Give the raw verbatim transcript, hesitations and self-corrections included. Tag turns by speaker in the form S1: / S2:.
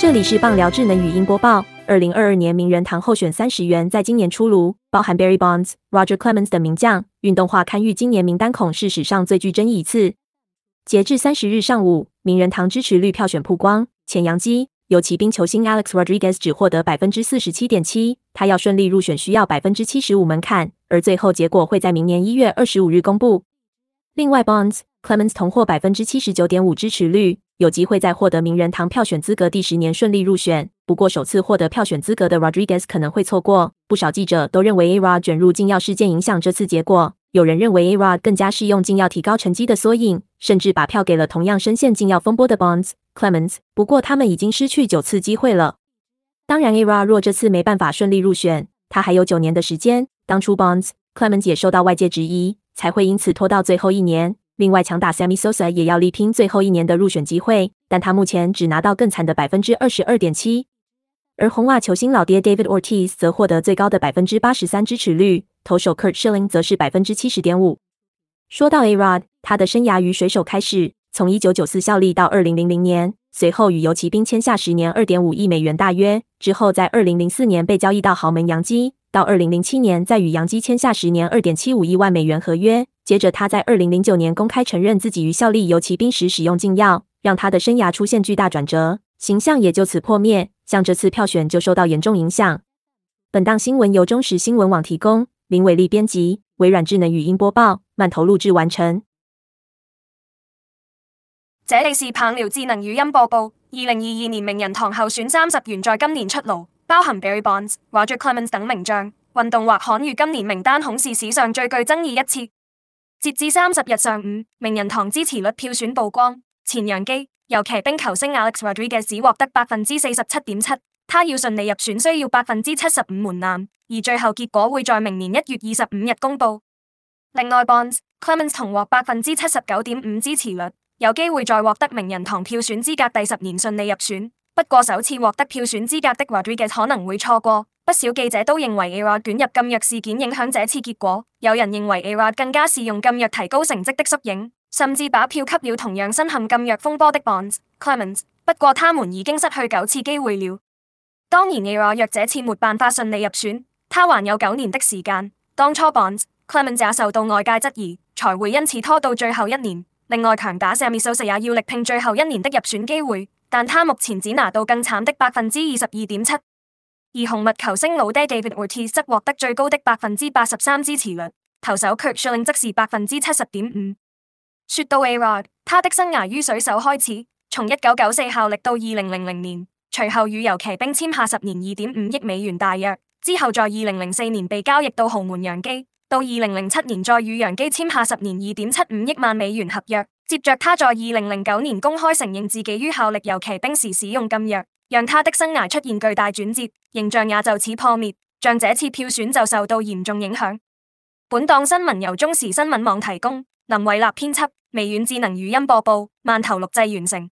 S1: 这里是棒聊智能语音播报。二零二二年名人堂候选三十员在今年出炉，包含 Barry Bonds、Roger Clemens 等名将。运动化堪誉今年名单恐是史上最具争议一次。截至三十日上午，名人堂支持率票选曝光，前洋基游骑兵球星 Alex Rodriguez 只获得 百分之四十七点七， 他要顺利入选需要 百分之七十五 门槛，而最后结果会在明年一月二十五日公布。另外 Bonds、Clemens 同获 百分之七十九点五 支持率，有机会在获得名人堂票选资格第十年顺利入选。不过首次获得票选资格的 Rodriguez 可能会错过。不少记者都认为 A-Rod 卷入禁药事件影响这次结果，有人认为 A-Rod 更加是用禁药提高成绩的缩影，甚至把票给了同样深陷禁药风波的 Bonds、Clemens。不过他们已经失去九次机会了。当然 A-Rod 若这次没办法顺利入选，他还有九年的时间。当初 Bonds、Clemens 也受到外界质疑，才会因此拖到最后一年。另外强打 Sammy Sosa 也要力拼最后一年的入选机会，但他目前只拿到更惨的 百分之二十二点七。而红袜球星老爹 David Ortiz 则获得最高的 百分之八十三 支持率，投手 Curt Schilling 则是 百分之七十点五。说到 A-Rod， 他的生涯于水手开始，从一九九四效力到二零零零年，随后与游骑兵签下十年 二点五亿美元大约，之后在二零零四年被交易到豪门洋基，到二零零七年再与洋基签下十年 二点七五亿万美元合约。接着他在二零零九年公开承认自己于效力游骑兵时使用禁药，让他的生涯出现巨大转折，形象也就此破灭，像这次票选就受到严重影响。本档新闻由中时新闻网提供，林伟丽编辑，微软智能语音播报，慢投录制完成。
S2: 這裡是棒聊智能語音播報。二零二二年名人堂候選三十員在今年出爐，包含 Barry Bonds、Roger Clemens 等名將。運動或刊譽今年名單恐是史上最具爭議一次。截至三十日上午，名人堂支持率票選曝光，前洋基、遊騎兵球星 Alex Rodriguez 只獲得 百分之四十七點七， 他要順利入選需要 百分之七十五 門檻，而最後結果會在明年一月二十五日公布。另外 Bonds、Clemens 同獲 百分之七十九點五 支持率，有機會在獲得名人堂票選資格第十年順利入選。不過首次獲得票選資格的 Rodriguez 可能會錯過。不少記者都認為 A-Rod 捲入禁藥事件影響這次結果，有人認為 A-Rod 更加是用禁藥提高成績的縮影，甚至把票給了同樣身陷禁藥風波的 Bonds、Clemens。不過他們已經失去九次機會了。當然 A-Rod 若這次沒辦法順利入選，他還有九年的時間。當初 Bonds、Clemens 也受到外界質疑，才會因此拖到最後一年。另外強打 Sammy Sosa 也要力拼最後一年的入選機會，但他目前只拿到更慘的 百分之二十二點七。而紅襪球星老爹 David Ortiz 則獲得最高的 百分之八十三 支持率，投手 Curt Schilling 則是 百分之七十點五。說到 A-Rod， 他的生涯於水手開始，從一九九四效力到二零零零年，隨後與遊騎兵簽下十年 二點五億美元大約，之後在二零零四年被交易到豪門洋基，到二零零七年再與洋基簽下十年 二點七五億萬美元合約。接着他在二零零九年公開承認自己於效力遊騎兵時使用禁藥，讓他的生涯出現巨大轉折，形象也就此破滅，像這次票選就受到嚴重影響。本檔新聞由中時新聞網提供，林偉立編輯，微軟智能語音播報，慢頭錄製完成。